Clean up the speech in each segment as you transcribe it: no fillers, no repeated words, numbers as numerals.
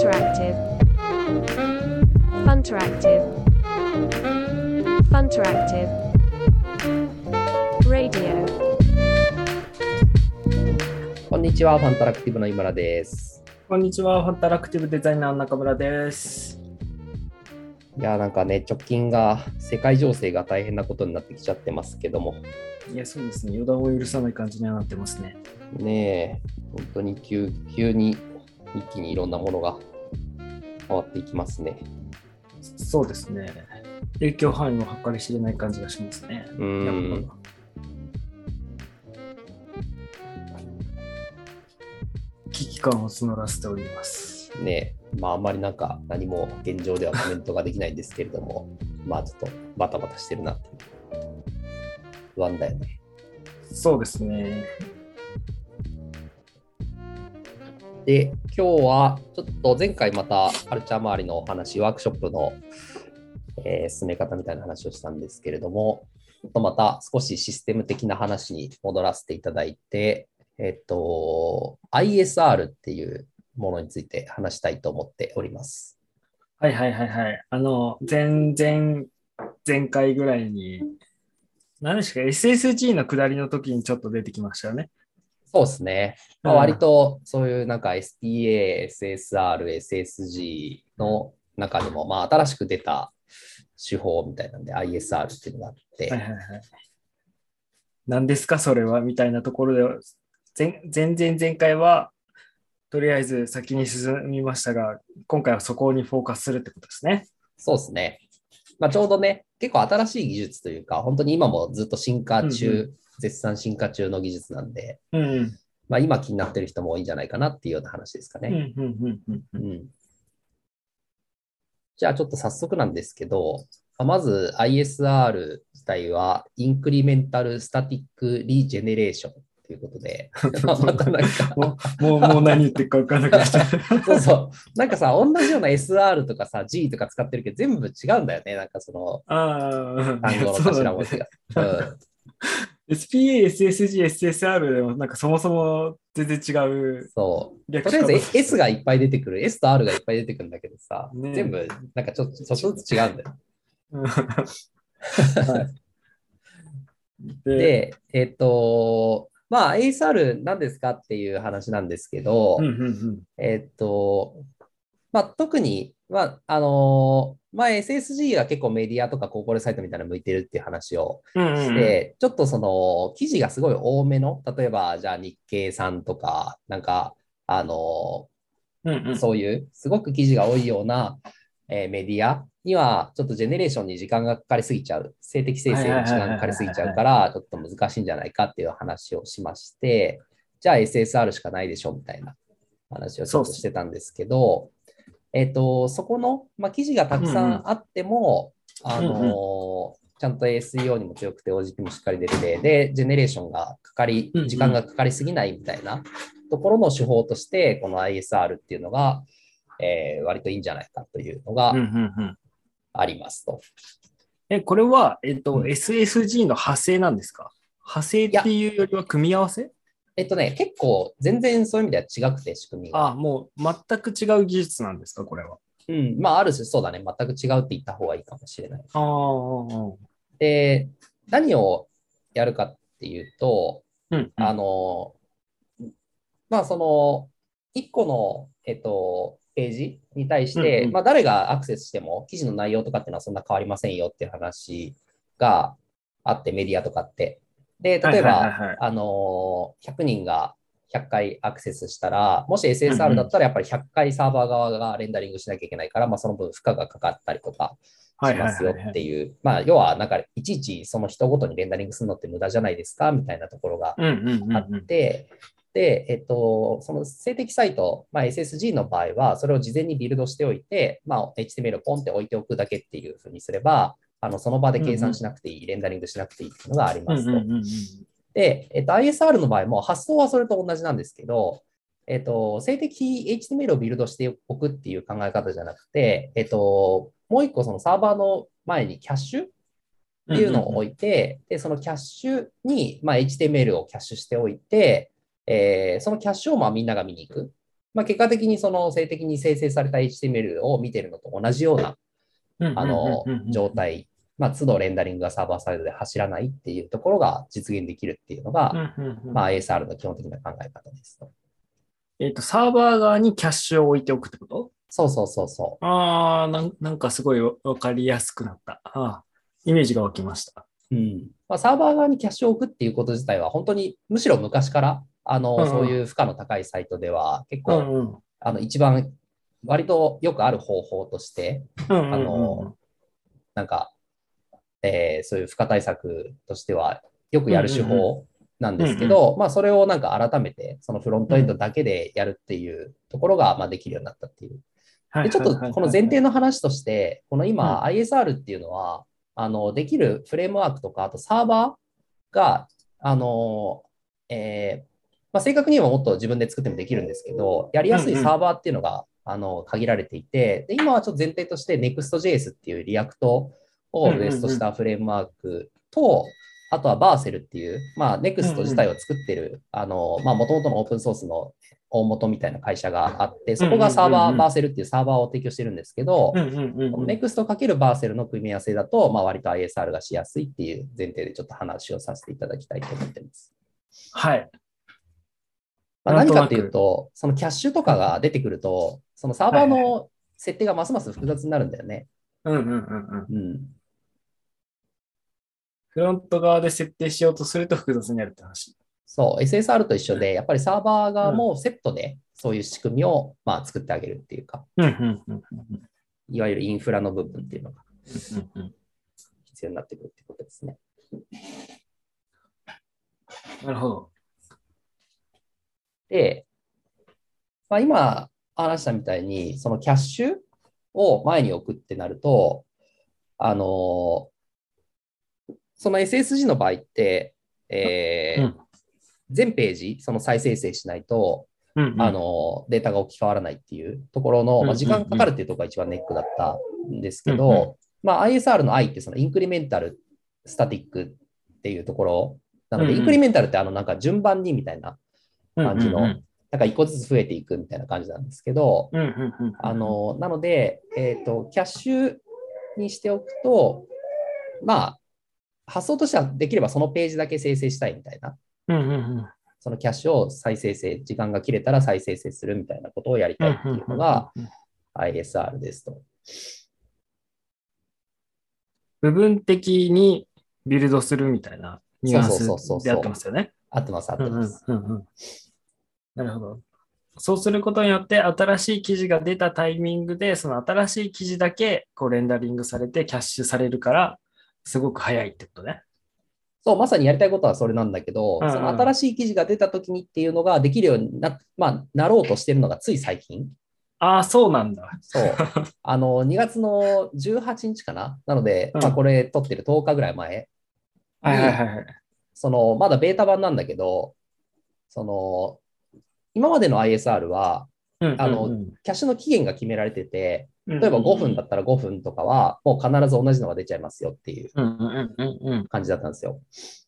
Funteractive. Funteractive. Funteractive. Radio. こんにちは、ファンタラクティブの井村です。 こんにちは、ファンタラクティブデザイナーの中村です。 いや、なんかね、直近が世界情勢が大変なことになってきちゃってますけども。 いや、そうですね、予断を許さない感じにはなってますね。 ねえ、本当に急に一気にいろんなものが変わっていきますね。 そうですね。影響範囲も計り知れない感じがしますね。やっぱ危機感を募らせております。 ねえ、まああんまりなんか何も現状ではコメントができないんですけれども、まあちょっとバタバタしてるなって不安だよね。 そうですね。 で、今日はちょっと前回またカルチャー周りのお話、ワークショップの、進め方みたいな話をしたんですけれども、ちょっとまた少しシステム的な話に戻らせていただいて、ISR っていうものについて話したいと思っております。 はいはいはいはい。前回ぐらいに、何ですか、SSG の下りの時にちょっと出てきましたよね。 そうですね。まあ、割とそういうなんか SPA、SSR、SSG の中でも、まあ、新しく出た手法みたいなんで ISR っていうのがあって。 はいはいはい。何ですかそれはみたいなところで、前回はとりあえず先に進みましたが、今回はそこにフォーカスするってことですね。 そうですね。まあ、ちょうどね、結構新しい技術というか、本当に今もずっと進化中、絶賛進化中の技術なんで、まあ、今気になってる人も多いんじゃないかなっていうような話ですかね。じゃあちょっと早速なんですけど、まず ISR 自体はインクリメンタルスタティックリジェネレーションということで、またなんかもう何言ってるか分からなくなっちゃう。 そうそう。なんかさ、同じような SR とかさ、G とか使ってるけど、全部違うんだよね。なんかその単語の頭文字が。 SPA、SSG、SSR でもなんかそもそも全然違う。 そう。とりあえず S がいっぱい出てくる。S と R がいっぱい出てくるんだけどさ、全部なんかちょっとずつ違うんだよ。で、まあ ASR 何ですかっていう話なんですけど、まあ、特に、まあ、SSG が結構メディアとかコーポレサイトみたいなの向いてるっていう話をして、ちょっとその記事がすごい多めの、例えばじゃあ日経さんとか、なんか、そういうすごく記事が多いような、メディアにはちょっとジェネレーションに時間がかかりすぎちゃう、性的生成に時間がかかりすぎちゃうから、ちょっと難しいんじゃないかっていう話をしまして、じゃあ SSR しかないでしょみたいな話をちょっとしてたんですけど、そこの、まあ、記事がたくさんあっても、ちゃんと SEO にも強くて OGP もしっかり出て、で、ジェネレーションが時間がかかりすぎないみたいなところの手法として、この ISR っていうのが、割といいんじゃないかというのがありますと。 これは、SSG の派生なんですか？派生っていうよりは組み合わせ？ 結構全然そういう意味では違くて仕組みが。 もう全く違う技術なんですか、これは。 まあ、ある種そうだね、全く違うって言った方がいいかもしれない。で、何をやるかっていうと、まあ、その、1個の、ページに対して、まあ、誰がアクセスしても、記事の内容とかっていうのはそんな変わりませんよっていう話があって、メディアとかって。で、例えば、100人が100回アクセスしたら、もし SSR だったらやっぱり100回サーバー側がレンダリングしなきゃいけないから、まあ、その分負荷がかかったりとかしますよっていう、まあ、要は、なんか、いちいちその人ごとにレンダリングするのって無駄じゃないですかみたいなところがあって、で、その静的サイト、まあ、SSG の場合は、それを事前にビルドしておいて、まあ、HTML をポンって置いておくだけっていうふうにすれば、その場で計算しなくていい、レンダリングしなくていいっていうのがありますと。で、ISR の場合も発想はそれと同じなんですけど、静的 HTML をビルドしておくっていう考え方じゃなくて、もう一個そのサーバーの前にキャッシュっていうのを置いて、で、そのキャッシュに、まあ、HTML をキャッシュしておいて、そのキャッシュをまあみんなが見に行く。 まあ、結果的にその静的に生成された HTML を見てるのと同じような状態、まあ、都度レンダリングがサーバーサイドで走らないっていうところが実現できるっていうのが、まあ、ASR の基本的な考え方ですと。 サーバー側にキャッシュを置いておくってこと？ そうそうそうそう。 ああ、なんかすごいわかりやすくなった。イメージが湧きました。 まあ、サーバー側にキャッシュを置くっていうこと自体は、本当にむしろ昔からそういう負荷の高いサイトでは結構、一番割とよくある方法として、なんか、そういう負荷対策としてはよくやる手法なんですけど、まあ、それをなんか改めて、そのフロントエンドだけでやるっていうところが、まあ、できるようになったっていう。で、ちょっとこの前提の話として、この今、ISR っていうのは、できるフレームワークとか、あとサーバーが、まあ、正確にはもっと自分で作ってもできるんですけど、やりやすいサーバーっていうのが、限られていて、で、今はちょっと前提として Next.js っていうリアクトをベースとしたフレームワークと、あとはバーセルっていう、まあ、Next 自体を作ってる、まあ、もともとのオープンソースの大元みたいな会社があって、そこがサーバー、バーセルっていうサーバーを提供してるんですけど、Next× バーセルの組み合わせだと、まあ、割と ISR がしやすいっていう前提でちょっと話をさせていただきたいと思っています。 はい。 まあ、何かっていうと、そのキャッシュとかが出てくると、そのサーバーの設定がますます複雑になるんだよね。 フロント側で設定しようとすると複雑になるって話。 そう、SSR と一緒で、やっぱりサーバー側もセットでそういう仕組みを、まあ、作ってあげるっていうか、いわゆるインフラの部分っていうのが必要になってくるってことですね。 なるほど。 で、まあ、今話したみたいに、そのキャッシュを前に置くってなると、その SSG の場合って、全ページ、その再生成しないと、データが置き換わらないっていうところの、まあ、時間かかるっていうところが一番ネックだったんですけど、まあ、ISR の I ってそのインクリメンタルスタティックっていうところなので、インクリメンタルってなんか順番にみたいな感じの、なんか一個ずつ増えていくみたいな感じなんですけど、なので、キャッシュにしておくと、まあ、発想としてはできればそのページだけ生成したいみたいな。そのキャッシュを再生成、時間が切れたら再生成するみたいなことをやりたいっていうのが ISR ですと。 部分的にビルドするみたいなニュアンスでやってますよね。 合ってます、合ってます。 なるほど。そうすることによって、新しい記事が出たタイミングで、その新しい記事だけこうレンダリングされてキャッシュされるから、すごく早いってことね。 そう、まさにやりたいことはそれなんだけど、その新しい記事が出たときにっていうのができるようになろうとしてるのがつい最近。 ああ、そうなんだ。 そう。2月の18日かななので、まあ、これ撮ってる10日ぐらい前に、まだベータ版なんだけど、今までの ISR は、キャッシュの期限が決められてて、例えば5分だったら5分とかは、もう必ず同じのが出ちゃいますよっていう感じだったんですよ。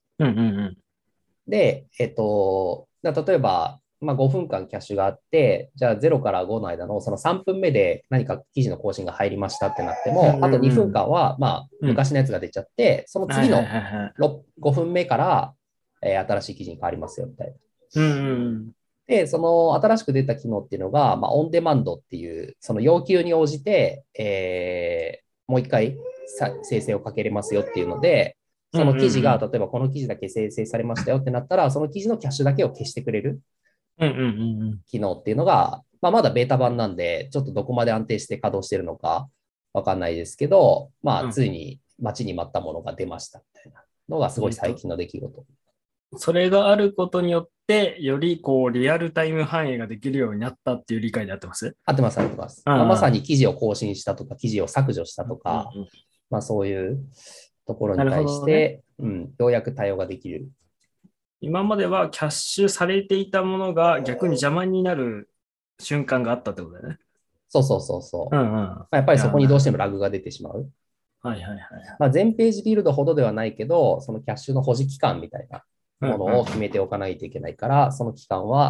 で、例えば、まあ、5分間キャッシュがあって、じゃあ0から5の間のその3分目で何か記事の更新が入りましたってなっても、あと2分間はまあ昔のやつが出ちゃって、その次の5分目から新しい記事に変わりますよみたいな。で、その新しく出た機能っていうのが、まあ、オンデマンドっていう、その要求に応じて、もう一回生成をかけれますよっていうので、その記事が、例えばこの記事だけ生成されましたよってなったら、その記事のキャッシュだけを消してくれる機能っていうのが、まあ、まだベータ版なんで、ちょっとどこまで安定して稼働してるのかわかんないですけど、まあ、ついに待ちに待ったものが出ましたみたいなのがすごい最近の出来事。 それがあることによって、よりこうリアルタイム反映ができるようになったっていう理解で合ってます？ 合ってます、合ってます。まさに記事を更新したとか、記事を削除したとか、まあ、そういうところに対して、ようやく対応ができる。 今まではキャッシュされていたものが逆に邪魔になる瞬間があったってことだよね。 そう。まあ、やっぱりそこにどうしてもラグが出てしまう。まあ、全ページビルドほどではないけど、そのキャッシュの保持期間みたいなものを決めておかないといけないから、その期間は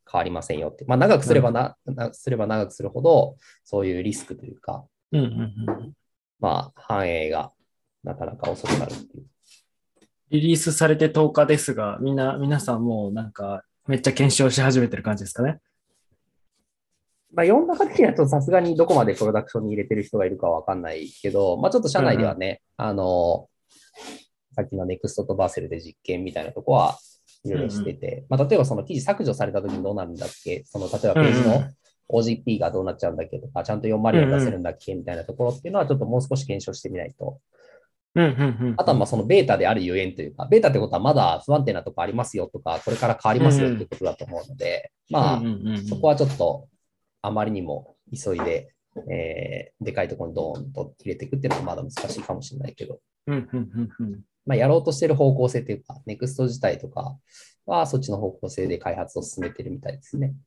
変わりませんよって。まあ、長くすれば長くするほど、そういうリスクというか、 うんうんうん。 まあ、反映がなかなか遅くなるっていう。 リリースされて10日ですが、皆さんもうなんか、めっちゃ検証し始めてる感じですかね。 まあ、世の中的にはちょっとさすがにどこまでプロダクションに入れてる人がいるかはわかんないけど、まあ、ちょっと社内ではね、さっきのネクストとバーセルで実験みたいなとこはいろいろしてて、まあ、例えばその記事削除された時にどうなるんだっけ、その例えばページの OGP がどうなっちゃうんだっけとか、ちゃんと404出せるんだっけみたいなところっていうのはちょっともう少し検証してみないと。あとはまあそのベータであるゆえんというか、ベータってことはまだ不安定なとこありますよとか、これから変わりますよってことだと思うので、まあ、そこはちょっとあまりにも急いで、でかいところにドーンと入れていくっていうのはまだ難しいかもしれないけど、まあ、やろうとしている方向性というか、ネクスト自体とかはそっちの方向性で開発を進めてるみたいですね。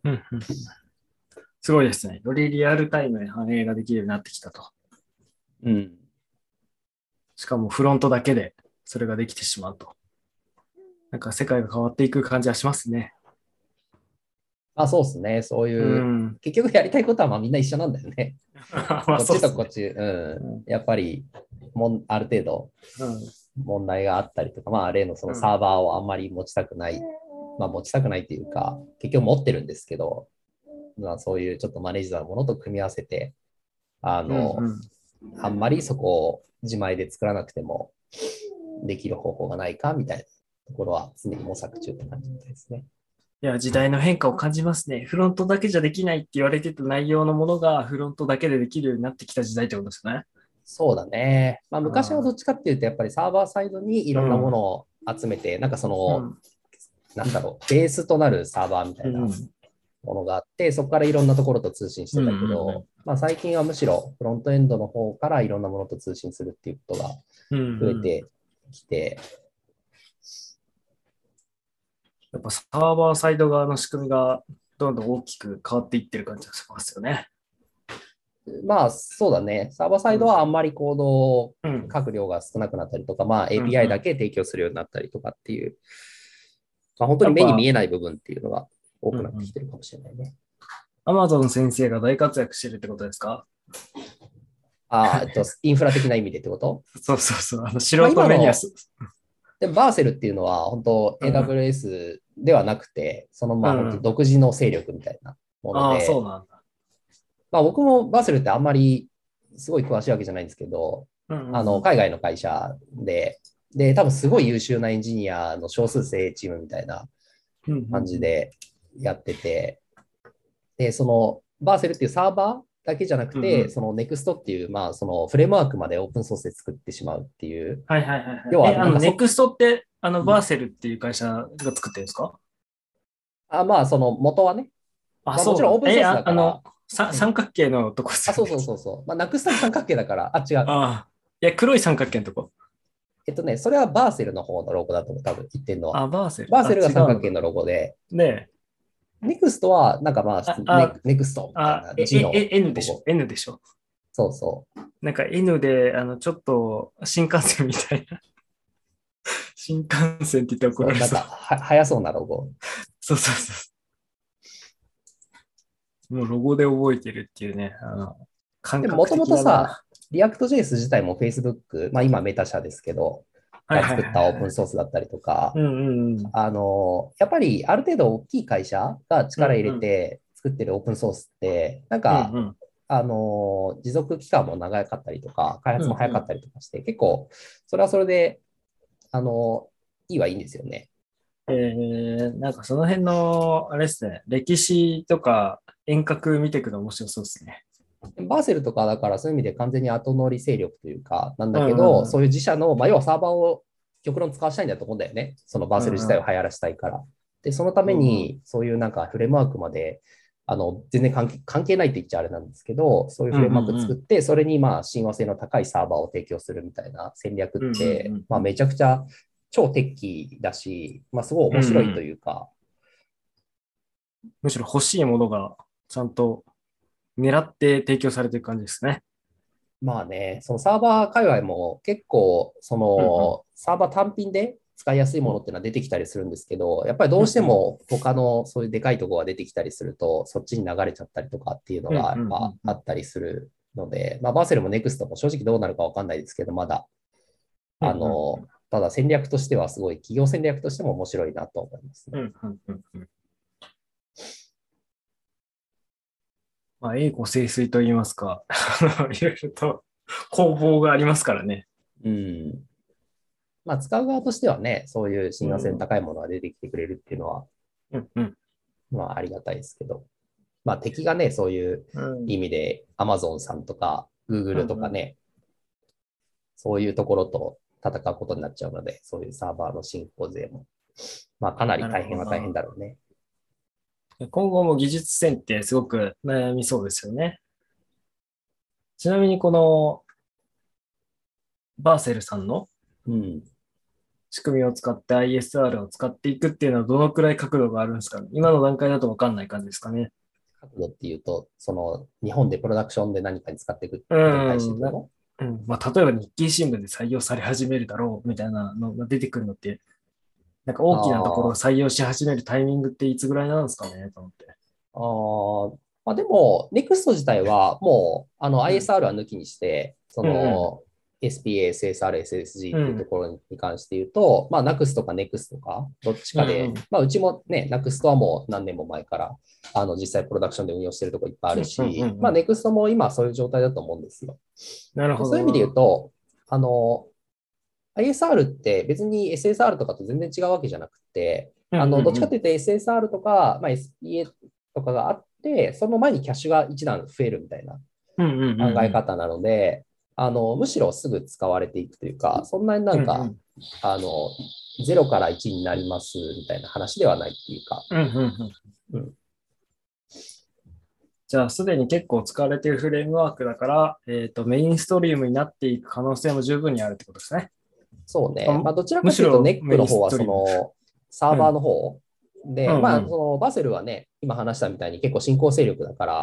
すごいですね。よりリアルタイムで反映ができるようになってきたと。 うん。 しかもフロントだけでそれができてしまうと。なんか世界が変わっていく感じはしますね。 まあそうですね。そういう、結局やりたいことはまあみんな一緒なんだよね。こっちとこっち、やっぱりある程度問題があったりとか、まあ例のそのサーバーをあんまり持ちたくない、まあ持ちたくないっていうか、結局持ってるんですけど、まあそういうちょっとマネージャーのものと組み合わせて、あんまりそこを自前で作らなくてもできる方法がないかみたいなところは常に模索中って感じですね。 いや、時代の変化を感じますね。フロントだけじゃできないって言われてた内容のものがフロントだけでできるようになってきた時代ってことですね。 そうだね。まあ昔はどっちかっていうとやっぱりサーバーサイドにいろんなものを集めて、なんかその、なんだろう、ベースとなるサーバーみたいなものがあって、そこからいろんなところと通信してたけど、まあ最近はむしろフロントエンドの方からいろんなものと通信するっていうことが増えてきて、 やっぱサーバーサイド側の仕組みがどんどん大きく変わっていってる感じがしますよね。 まあそうだね。サーバーサイドはあんまりコードを書く量が少なくなったりとか、まあ API だけ提供するようになったりとかっていう、まあ本当に目に見えない部分っていうのが多くなってきてるかもしれないね。 Amazon 先生が大活躍してるってことですか？ インフラ的な意味でってこと？ そうそうそう。素人目には、 でバーセルっていうのは本当 AWS ではなくて、そのまあ本当独自の勢力みたいなもので、 そうなんだ。 まあ僕もバーセルってあんまりすごい詳しいわけじゃないんですけど、海外の会社で、多分すごい優秀なエンジニアの少数精鋭チームみたいな感じでやってて、で、そのバーセルっていうサーバーだけじゃなくて、その NEXT っていう、まあそのフレームワークまでオープンソースで作ってしまうっていう。 要は、NEXT って、バーセルっていう会社が作ってるんですか？ まあその元はね。まあもちろんオープンソースだから。 三角形のとこですよね。そう。まあ、NEXT も三角形だから、違う。 いや、黒い三角形のとこ。 それはバーセルの方のロゴだと思う、多分言ってるのは。 バーセル。 バーセルが三角形のロゴで。ネクストは、なんかまあ、ネクストみたいな字の。 N でしょ。N でしょ。 そうそう。 なんか N で、ちょっと新幹線みたいな。新幹線って言ったら怒られそう。 なんか速そうなロゴ。 そう。もうロゴで覚えてるっていうね。 でももともとさ、リアクト JS 自体も Facebook、まあ今メタ社ですけど、が作ったオープンソースだったりとか、やっぱりある程度大きい会社が力入れて作ってるオープンソースって、なんか、持続期間も長かったりとか、開発も早かったりとかして、結構、それはそれで、いいはいいんですよね。 なんかその辺の、あれですね、歴史とか遠隔見ていくの面白そうですね。 バーセルとかだからそういう意味で完全に後乗り勢力というかなんだけど、そういう自社の、まあ、要はサーバーを極論使わしたいんだと思うんだよね。そのバーセル自体を流行らせたいから。で、そのためにそういうなんかフレームワークまで全然関係ないって言っちゃあれなんですけど、そういうフレームワーク作って、それにまあ親和性の高いサーバーを提供するみたいな戦略って、まあめちゃくちゃ超テッキーだし、まあすごい面白いというか。 むしろ欲しいものがちゃんと狙って提供されている感じですね。 まあね、そのサーバー界隈も結構、そのサーバー単品で使いやすいものっていうのは出てきたりするんですけど、やっぱりどうしても他のそういうでかいところが出てきたりすると、そっちに流れちゃったりとかっていうのがやっぱあったりするので、まあ、バーセルもネクストも正直どうなるかわかんないですけど、まだ、ただ戦略としてはすごい、企業戦略としても面白いなと思いますね。 まあ、栄枯盛衰と言いますか、いろいろと攻防がありますからね。 うん。まあ、使う側としてはね、そういう親和性高いものが出てきてくれるっていうのは、まあ、ありがたいですけど、まあ、敵がね、そういう意味で、Amazon さんとか、Google とかね、そういうところと戦うことになっちゃうので、そういうサーバーの進行税も、まあ、かなり大変は大変だろうね。 今後も技術戦ってすごく悩みそうですよね。ちなみにこのバーセルさんの仕組みを使って ISR を使っていくっていうのはどのくらい角度があるんですかね。今の段階だと分かんない感じですかね。 角度っていうと、その日本でプロダクションで何かに使っていくことに対してどまあ、例えば日経新聞で採用され始めるだろうみたいなのが出てくるのって、なんか大きなところを採用し始めるタイミングっていつぐらいなんですかねと思って。 まあ、でも、NEXT 自体はもうISR は抜きにして、その SPA、SSR、SSG っていうところに関して言うと、まあ、NAX とか NEXT とか、どっちかで、まあ、うちもね、NAX はもう何年も前から実際プロダクションで運用してるところいっぱいあるし、まあ、NEXT も今そういう状態だと思うんですよ。 なるほど。 そういう意味で言うと、ISR って別に SSR とかと全然違うわけじゃなくて、どっちかというと SSR とか、まあ、SPA とかがあって、その前にキャッシュが一段増えるみたいな考え方なので、むしろすぐ使われていくというか、そんなになんか、0から1になりますみたいな話ではないっていうか。 じゃあ、すでに結構使われているフレームワークだから、メインストリームになっていく可能性も十分にあるってことですね。 そうね。まあ、どちらかというと、ネックの方はそのサーバーの方で、まあ、そのバセルはね、今話したみたいに結構新興勢力だから、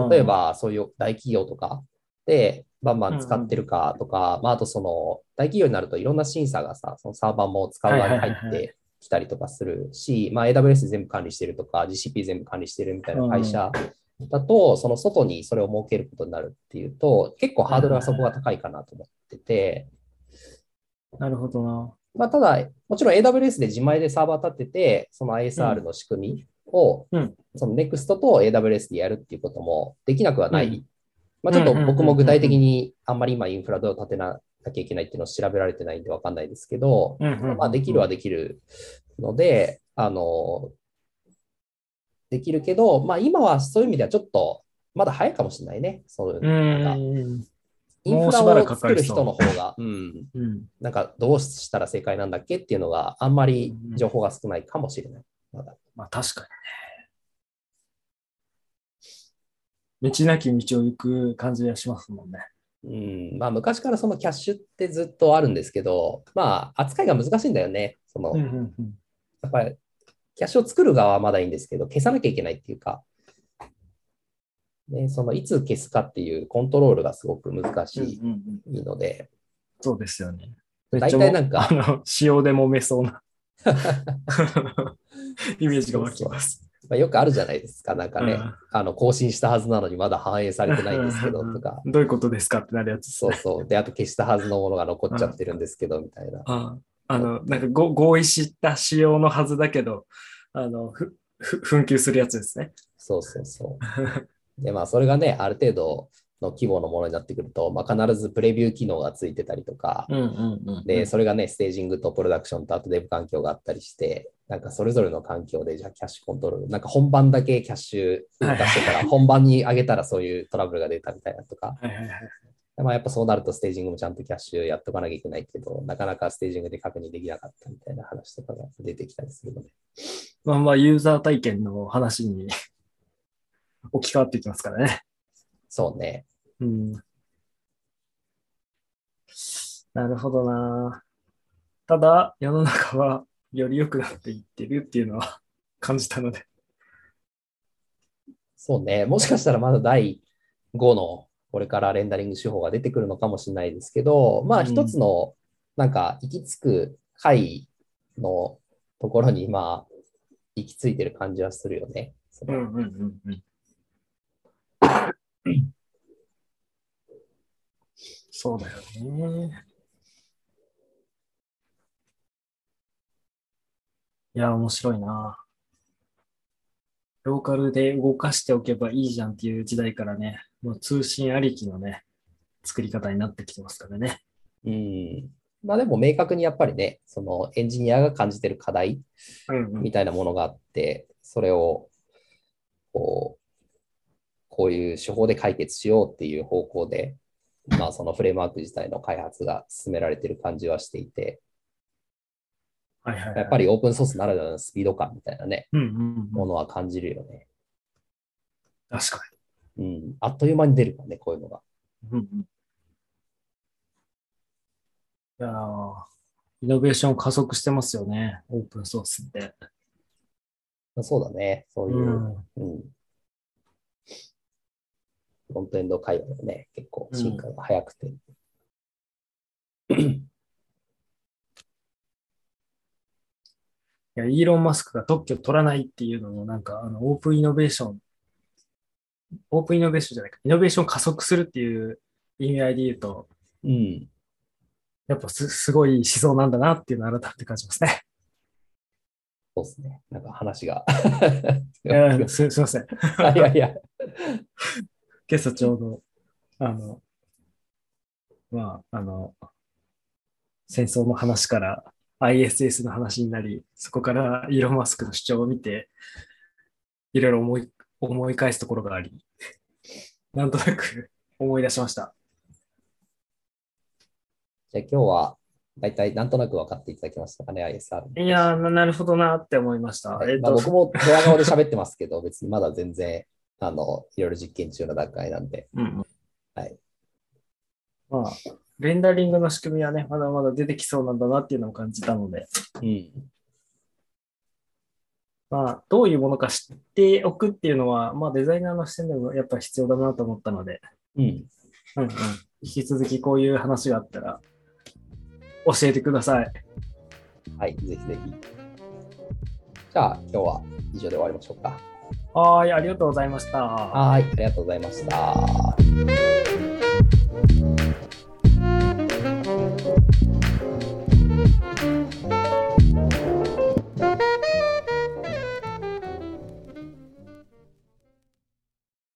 例えばそういう大企業とかでバンバン使ってるかとか、まあ、あとその大企業になるといろんな審査がさ、そのサーバーも使う側に入ってきたりとかするし、まあ、AWS 全部管理してるとか、GCP 全部管理してるみたいな会社だと、その外にそれを設けることになるっていうと、結構ハードルはそこが高いかなと思ってて、 なるほどな。 まあ、ただ、もちろん AWS で自前でサーバー立てて、その ISR の仕組みを、その NEXT と AWS でやるっていうこともできなくはない。まあ、ちょっと僕も具体的にあんまり今インフラどう立てなきゃいけないっていうのを調べられてないんでわかんないですけど、まあ、できるはできるので、できるけど、まあ、今はそういう意味ではちょっとまだ早いかもしれないね。そういうなんかインフラを作る人の方が、なんかどうしたら正解なんだっけっていうのがあんまり情報が少ないかもしれない。 まあ確かにね。道なき道を行く感じがしますもんね。 まあ昔からそのキャッシュってずっとあるんですけど、まあ扱いが難しいんだよね。やっぱりキャッシュを作る側はまだいいんですけど、消さなきゃいけないっていうか、そのいつ消すかっていうコントロールがすごく難しいので。 そうですよね。 大体なんか、 仕様で揉めそうなイメージが湧きます。 まあ、よくあるじゃないですか。なんかね、更新したはずなのにまだ反映されてないんですけどとか。 どういうことですかってなるやつですね。そうそう。で、あと消したはずのものが残っちゃってるんですけど、みたいな。 なんか合意した仕様のはずだけど、紛糾するやつですね。 そうそうそう。で、まあ、それがね、ある程度の規模のものになってくると、まあ、必ずプレビュー機能がついてたりとか、で、それがね、ステージングとプロダクションとあとデブ環境があったりして、なんかそれぞれの環境で、じゃあキャッシュコントロール、なんか本番だけキャッシュ動かしてたら、本番に上げたらそういうトラブルが出たみたいなとか、まあ、やっぱそうなるとステージングもちゃんとキャッシュやっとかなきゃいけないけど、なかなかステージングで確認できなかったみたいな話とかが出てきたりするので。 まあユーザー体験の話に置き換わっていきますからね。 そうね。 なるほどな。ただ、世の中はより良くなっていってるっていうのは感じたので。 そうね。もしかしたらまだ第5のこれからレンダリング手法が出てくるのかもしれないですけど、まあ一つのなんか行き着く解のところに今、行き着いてる感じはするよね。 そうだよね。いや、面白いな。ローカルで動かしておけばいいじゃんっていう時代からね、もう通信ありきのね、作り方になってきてますからね。 うん。まあでも明確にやっぱりね、そのエンジニアが感じてる課題みたいなものがあって、それをここういう手法で解決しようっていう方向で、まあそのフレームワーク自体の開発が進められてる感じはしていて、やっぱりオープンソースならではのスピード感みたいなね、ものは感じるよね。 確かに。うん。あっという間に出るからね、こういうのが。 いやイノベーション加速してますよね、オープンソースって。 そうだね、そういう。フロントエンド界隈のね、結構進化が早くて。 いや、イーロン・マスクが特許取らないっていうのも、なんか、オープンイノベーションじゃないか、イノベーション加速するっていう意味合いで言うと、やっぱすごい思想なんだなっていうのを改めて感じますね。 そうですね。なんか話がすいません。 いやいや。 今朝ちょうど、戦争の話から ISS の話になり、そこからイーロン・マスクの主張を見て、いろいろ思い返すところがあり、なんとなく思い出しました。 じゃあ今日は、だいたいなんとなく分かっていただきましたかね、ISR。 いやー、なるほどなって思いました。 僕もドヤ顔で喋ってますけど、別にまだ全然、いろいろ実験中の段階なんで。はい。 まあ、レンダリングの仕組みはね、まだまだ出てきそうなんだなっていうのを感じたので。まあ、どういうものか知っておくっていうのは、まあ、デザイナーの視点でもやっぱ必要だなと思ったので、引き続きこういう話があったら、教えてください。 はい、ぜひぜひ。じゃあ、今日は以上で終わりましょうか。 はい、ありがとうございました。 はい、ありがとうございました。